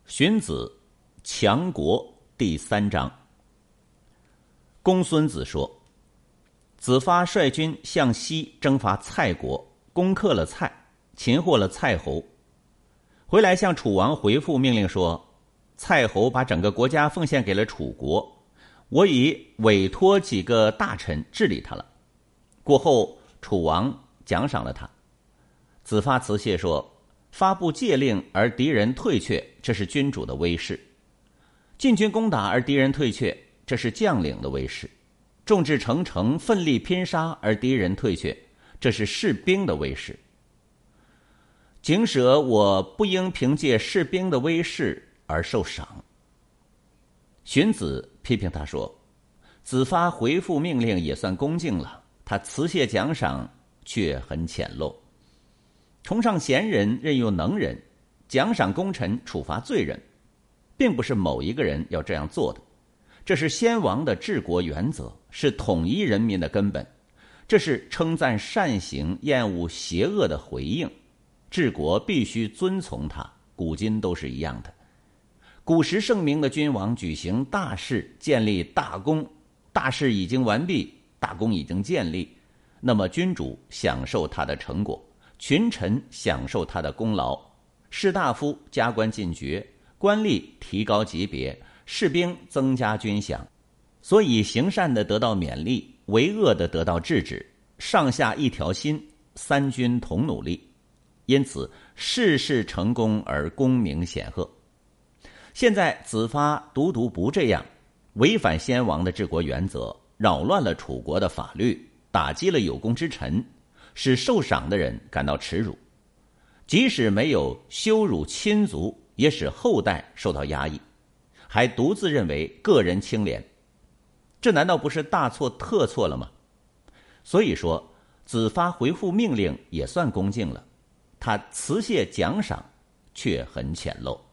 荀子强国第3章。公孙子说，子发率军向西征伐蔡国，攻克了蔡，擒获了蔡侯。回来向楚王回复命令说，蔡侯把整个国家奉献给了楚国，我已委托几个大臣治理他了。过后楚王奖赏了他。子发辞谢说，发布戒令而敌人退却，这是君主的威势；进军攻打而敌人退却，这是将领的威势；众志成城，奋力拼杀而敌人退却，这是士兵的威势。警舍我不应凭借士兵的威势而受赏。荀子批评他说，子发回复命令也算恭敬了，他辞谢奖赏却很浅陋。崇尚贤人，任用能人，奖赏功臣，处罚罪人，并不是某一个人要这样做的。这是先王的治国原则，是统一人民的根本，这是称赞善行、厌恶邪恶的回应。治国必须遵从它，古今都是一样的。古时圣明的君王举行大事，建立大功，大事已经完毕，大功已经建立，那么君主享受他的成果，群臣享受他的功劳，士大夫加官进爵，官吏提高级别，士兵增加军饷。所以行善的得到勉励，为恶的得到制止，上下一条心，三军同努力。因此事事成功而功名显赫。现在子发独不这样，违反先王的治国原则，扰乱了楚国的法律，打击了有功之臣，使受赏的人感到耻辱，即使没有羞辱亲族，也使后代受到压抑，还独自认为个人清廉，这难道不是大错特错了吗？所以说子发回复命令也算恭敬了，他辞谢奖赏却很浅陋。